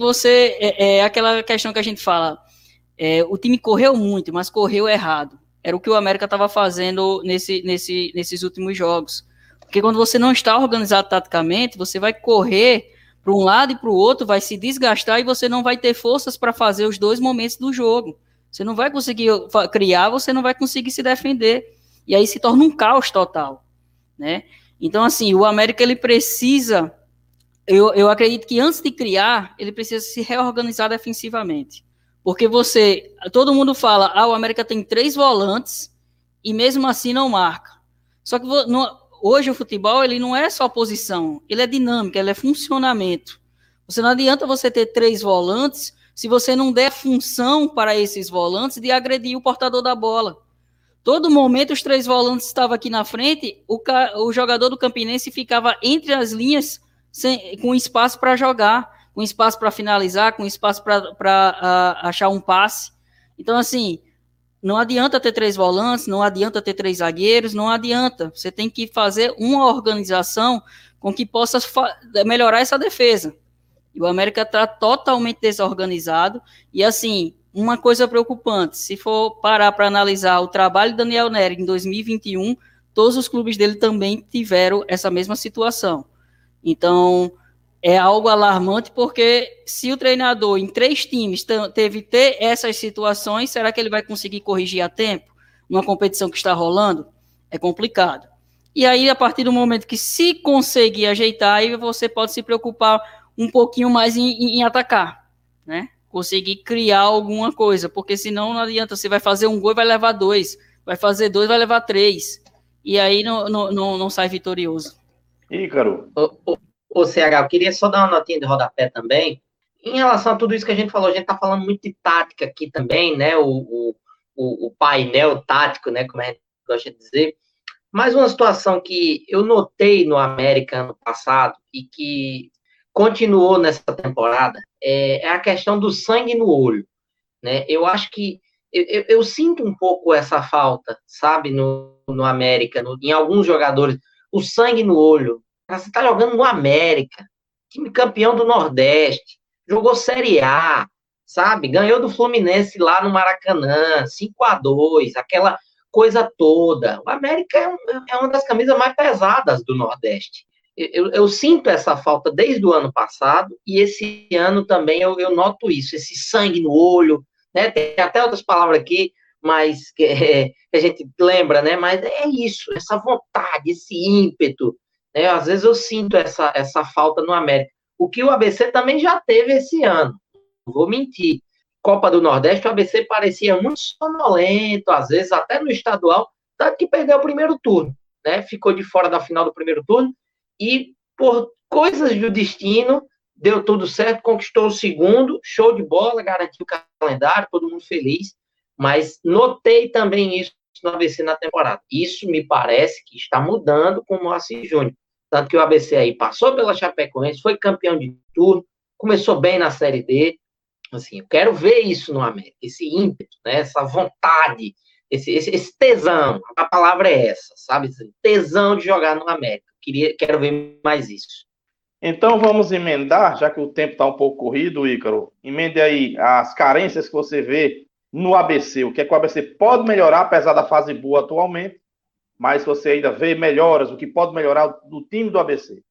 aquela questão que a gente fala, o time correu muito, mas correu errado. Era o que o América estava fazendo nesses últimos jogos. Porque quando você não está organizado taticamente, você vai correr para um lado e para o outro, vai se desgastar e você não vai ter forças para fazer os dois momentos do jogo. Você não vai conseguir criar, você não vai conseguir se defender. E aí se torna um caos total, né? Então, assim, o América, ele precisa... Eu acredito que antes de criar, ele precisa se reorganizar defensivamente. Porque todo mundo fala, o América tem 3 volantes e mesmo assim não marca. Só que hoje o futebol, ele não é só posição, ele é dinâmica, ele é funcionamento. Não adianta você ter 3 volantes se você não der função para esses volantes de agredir o portador da bola. Todo momento os 3 volantes estavam aqui na frente, o jogador do Campinense ficava entre as linhas com espaço para jogar, com espaço para finalizar, com espaço para achar um passe. Então, assim, não adianta ter 3 volantes, não adianta ter 3 zagueiros, não adianta. Você tem que fazer uma organização com que possa melhorar essa defesa. E o América está totalmente desorganizado. E, assim, uma coisa preocupante, se for parar para analisar o trabalho de Daniel Neri em 2021, todos os clubes dele também tiveram essa mesma situação. Então... é algo alarmante, porque se o treinador em 3 times teve essas situações, será que ele vai conseguir corrigir a tempo? Numa competição que está rolando? É complicado. E aí, a partir do momento que se conseguir ajeitar, aí você pode se preocupar um pouquinho mais em atacar, né? Conseguir criar alguma coisa, porque senão não adianta, você vai fazer um gol e vai levar 2, vai fazer 2, vai levar 3, e aí não sai vitorioso. Ícaro. Ô, CH, eu queria só dar uma notinha de rodapé também. Em relação a tudo isso que a gente falou, a gente está falando muito de tática aqui também, né? O painel tático, né? Como a gente gosta de dizer. Mas uma situação que eu notei no América ano passado e que continuou nessa temporada é a questão do sangue no olho, né? Eu acho que eu sinto um pouco essa falta, sabe, no América, em alguns jogadores, o sangue no olho. Você está jogando no América, time campeão do Nordeste, jogou Série A, sabe? Ganhou do Fluminense lá no Maracanã, 5-2, aquela coisa toda. O América é uma das camisas mais pesadas do Nordeste. Eu sinto essa falta desde o ano passado, e esse ano também eu noto isso, esse sangue no olho, né? Tem até outras palavras aqui, mas que a gente lembra, né? Mas é isso, essa vontade, esse ímpeto, né? Às vezes eu sinto essa falta no América. O que o ABC também já teve esse ano, não vou mentir. Copa do Nordeste, o ABC parecia muito sonolento, às vezes até no estadual, tanto que perdeu o primeiro turno, né? Ficou de fora da final do primeiro turno, e por coisas do destino, deu tudo certo, conquistou o segundo, show de bola, garantiu o calendário, todo mundo feliz, mas notei também isso no ABC na temporada. Isso me parece que está mudando com o Moacir Júnior. Tanto que o ABC aí passou pela Chapecoense, foi campeão de turno, começou bem na Série D. Assim, eu quero ver isso no América, esse ímpeto, né, essa vontade, esse tesão, a palavra é essa, sabe? Tesão de jogar no América. Quero ver mais isso. Então vamos emendar, já que o tempo está um pouco corrido, Ícaro, emende aí as carências que você vê no ABC, o que é que o ABC pode melhorar, apesar da fase boa atualmente, mas você ainda vê melhoras, o que pode melhorar do time do ABC?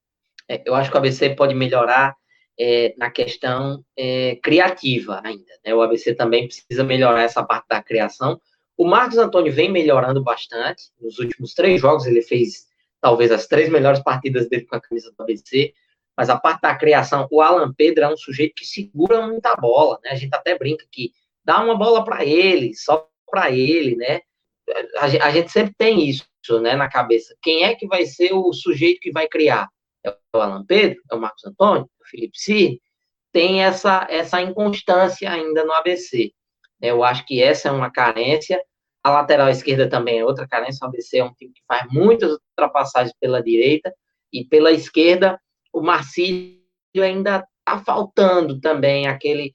Eu acho que o ABC pode melhorar na questão criativa ainda, né? O ABC também precisa melhorar essa parte da criação. O Marcos Antônio vem melhorando bastante, nos últimos 3 jogos ele fez talvez as 3 melhores partidas dele com a camisa do ABC, mas a parte da criação, o Alan Pedro é um sujeito que segura muita bola, né? A gente até brinca que dá uma bola para ele, só para ele, né? A gente sempre tem isso, né, na cabeça. Quem é que vai ser o sujeito que vai criar? É o Alan Pedro? É o Marcos Antônio? É o Felipe Cine? Tem essa inconstância ainda no ABC. Eu acho que essa é uma carência. A lateral esquerda também é outra carência. O ABC é um time que faz muitas ultrapassagens pela direita, e pela esquerda o Marcílio ainda está faltando também aquele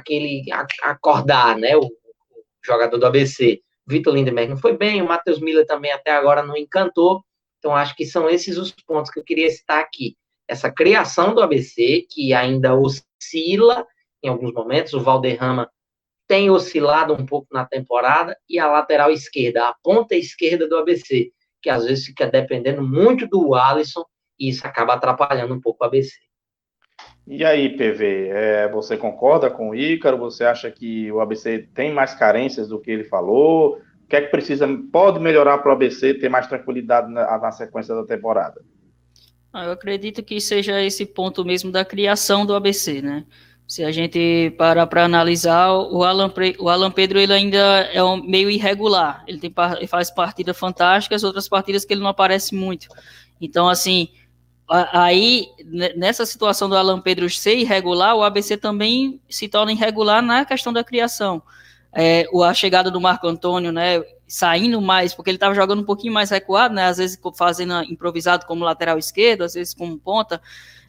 acordar, né? O jogador do ABC. Vitor Lindenberg não foi bem, o Matheus Miller também até agora não encantou. Então acho que são esses os pontos que eu queria citar aqui. Essa criação do ABC, que ainda oscila em alguns momentos, o Valderrama tem oscilado um pouco na temporada, e a lateral esquerda, a ponta esquerda do ABC, que às vezes fica dependendo muito do Alisson, e isso acaba atrapalhando um pouco o ABC. E aí, PV, você concorda com o Ícaro? Você acha que o ABC tem mais carências do que ele falou? O que é que pode melhorar para o ABC ter mais tranquilidade na sequência da temporada? Eu acredito que seja esse ponto mesmo da criação do ABC, né? Se a gente parar para analisar, o Alan Pedro ele ainda é meio irregular. Ele faz partidas fantásticas, outras partidas que ele não aparece muito. Então, assim, aí, nessa situação do Alan Pedro ser irregular, o ABC também se torna irregular na questão da criação. A chegada do Marco Antônio, né, saindo mais, porque ele estava jogando um pouquinho mais recuado, né, às vezes fazendo improvisado como lateral esquerdo, às vezes como ponta.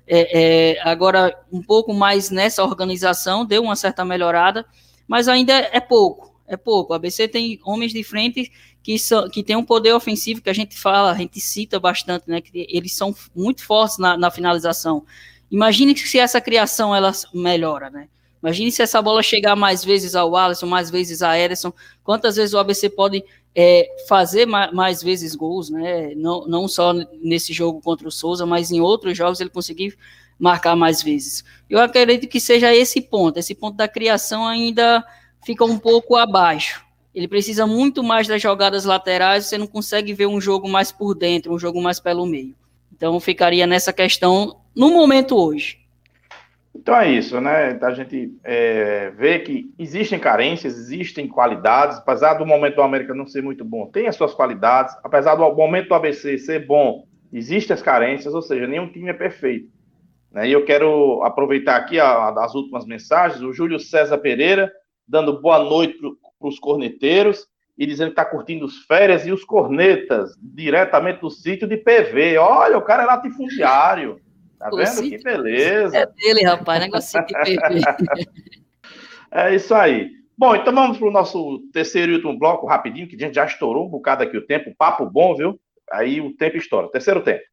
Agora, um pouco mais nessa organização, deu uma certa melhorada, mas ainda é pouco. O ABC tem homens de frente que tem um poder ofensivo que a gente cita bastante, né, que eles são muito fortes na finalização. Imagine se essa criação ela melhora, né? Imagine se essa bola chegar mais vezes ao Alisson, mais vezes a Ederson, quantas vezes o ABC pode fazer mais vezes gols, né? Não só nesse jogo contra o Souza, mas em outros jogos ele conseguir marcar mais vezes. Eu acredito que seja esse ponto da criação ainda fica um pouco abaixo. Ele precisa muito mais das jogadas laterais, você não consegue ver um jogo mais por dentro, um jogo mais pelo meio. Então ficaria nessa questão no momento hoje. Então é isso, né? A gente vê que existem carências, existem qualidades, apesar do momento do América não ser muito bom, tem as suas qualidades, apesar do momento do ABC ser bom, Existem as carências, ou seja, nenhum time é perfeito. Né? E eu quero aproveitar aqui as últimas mensagens, o Júlio César Pereira, dando boa noite para os corneteiros, e dizendo que está curtindo as férias e os cornetas, diretamente do sítio de PV. Olha, o cara é latifundiário. Tá vendo? Que beleza. É dele, rapaz, negócio de PV. É isso aí. Bom, então vamos para o nosso terceiro e último bloco, rapidinho, que a gente já estourou um bocado aqui o tempo. Papo bom, viu? Aí o tempo estoura. Terceiro tempo.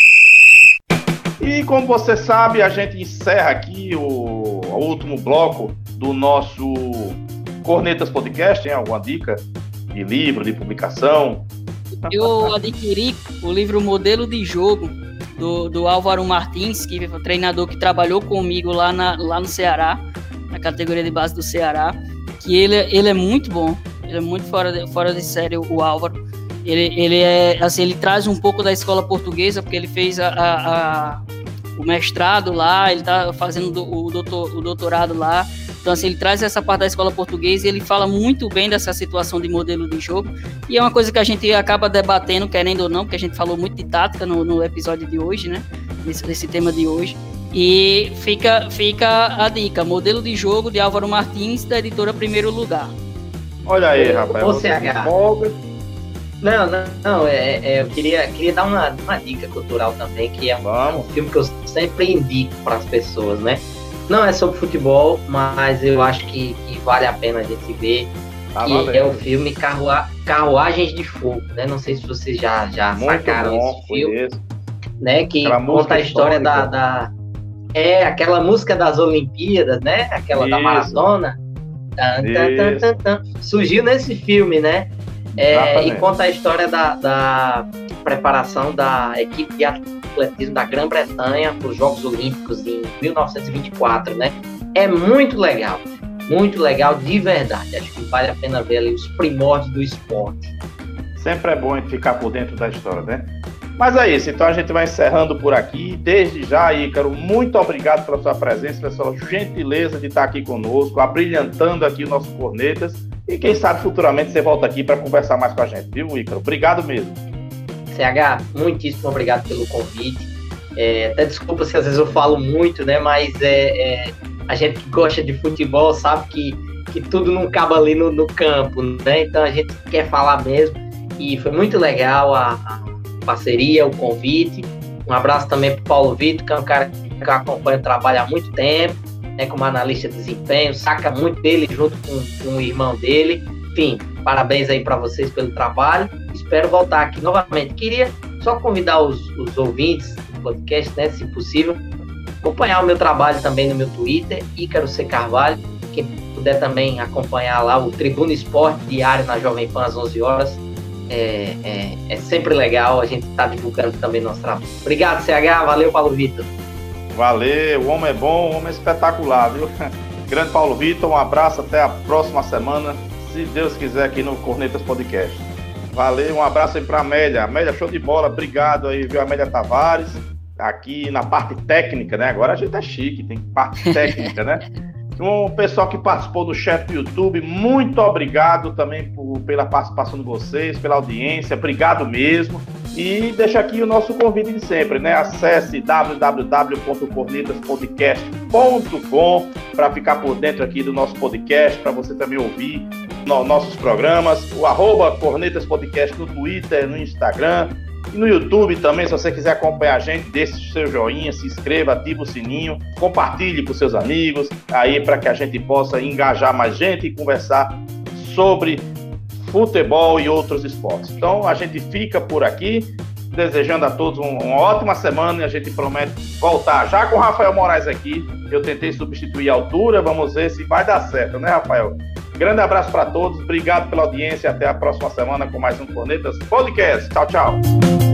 E como você sabe, a gente encerra aqui o último bloco do nosso Cornetas Podcast. Tem alguma dica de livro, de publicação? Eu adquiri o livro Modelo de Jogo do Álvaro Martins, que é o treinador que trabalhou comigo lá no Ceará, na categoria de base do Ceará, que ele é muito bom, ele é muito fora de série, o Álvaro. Ele é assim, ele traz um pouco da escola portuguesa, porque ele fez o mestrado lá, ele está fazendo o doutorado lá. Então, assim, ele traz essa parte da escola portuguesa e ele fala muito bem dessa situação de modelo de jogo. E é uma coisa que a gente acaba debatendo, querendo ou não, porque a gente falou muito de tática no episódio de hoje, né? Nesse tema de hoje. E fica a dica, Modelo de Jogo de Álvaro Martins, da editora Primeiro Lugar. Olha aí, rapaz. Você Não, eu queria dar uma dica cultural também, que é um filme que eu sempre indico para as pessoas, né? Não é sobre futebol, mas eu acho que vale a pena a gente ver, que é o filme Carruagens de Fogo, né? Não sei se vocês já sacaram esse filme, né? Que conta a história aquela música das Olimpíadas, né? Aquela da maratona. Surgiu nesse filme, né? E conta a história da preparação da equipe de atletismo da Grã-Bretanha para os Jogos Olímpicos em 1924, né? É muito legal de verdade. Acho que vale a pena ver ali os primórdios do esporte. Sempre é bom a gente ficar por dentro da história, né? Mas é isso, então a gente vai encerrando por aqui. Desde já, Ícaro, muito obrigado pela sua presença, pela sua gentileza de estar aqui conosco, abrilhantando aqui o nosso Cornetas. E quem sabe futuramente você volta aqui para conversar mais com a gente, viu, Ícaro? Obrigado mesmo. CH, muitíssimo obrigado pelo convite. Até desculpa se às vezes eu falo muito, né? Mas a gente que gosta de futebol sabe que tudo não acaba ali no campo, né? Então a gente quer falar mesmo. E foi muito legal a parceria, o convite. Um abraço também para o Paulo Vitor, que é um cara que eu acompanho o trabalho há muito tempo, né, como analista de desempenho, saca muito dele junto com o irmão dele. Enfim, parabéns aí para vocês pelo trabalho. Espero voltar aqui novamente. Queria só convidar os ouvintes do podcast, né, se possível, acompanhar o meu trabalho também no meu Twitter, Ícaro C. Carvalho. Quem puder também acompanhar lá o Tribuna Esporte diário na Jovem Pan às 11 horas. É sempre legal a gente estar divulgando também nosso trabalho. Obrigado, CH. Valeu, Paulo Vitor. Valeu, o homem é bom, o homem é espetacular, viu? Grande Paulo Vitor, um abraço, até a próxima semana, se Deus quiser, aqui no Cornetas Podcast. Valeu, um abraço aí pra Amélia. Amélia, show de bola, obrigado aí, viu? Amélia Tavares, aqui na parte técnica, né? Agora a gente é chique, tem parte técnica, né? O pessoal que participou do chat do YouTube, muito obrigado também pela participação de vocês, pela audiência, obrigado mesmo. E deixa aqui o nosso convite de sempre, né? Acesse www.cornetaspodcast.com para ficar por dentro aqui do nosso podcast, para você também ouvir nossos programas, o @Cornetas Podcast no Twitter, no Instagram e no YouTube também. Se você quiser acompanhar a gente, deixe o seu joinha, se inscreva, ative o sininho, compartilhe com seus amigos, aí para que a gente possa engajar mais gente e conversar sobre futebol e outros esportes. Então a gente fica por aqui, desejando a todos uma ótima semana, e a gente promete voltar já com o Rafael Moraes aqui. Eu tentei substituir a altura, vamos ver se vai dar certo, né, Rafael? Grande abraço para todos, obrigado pela audiência, até a próxima semana com mais um Cornetas Podcast. Tchau, tchau.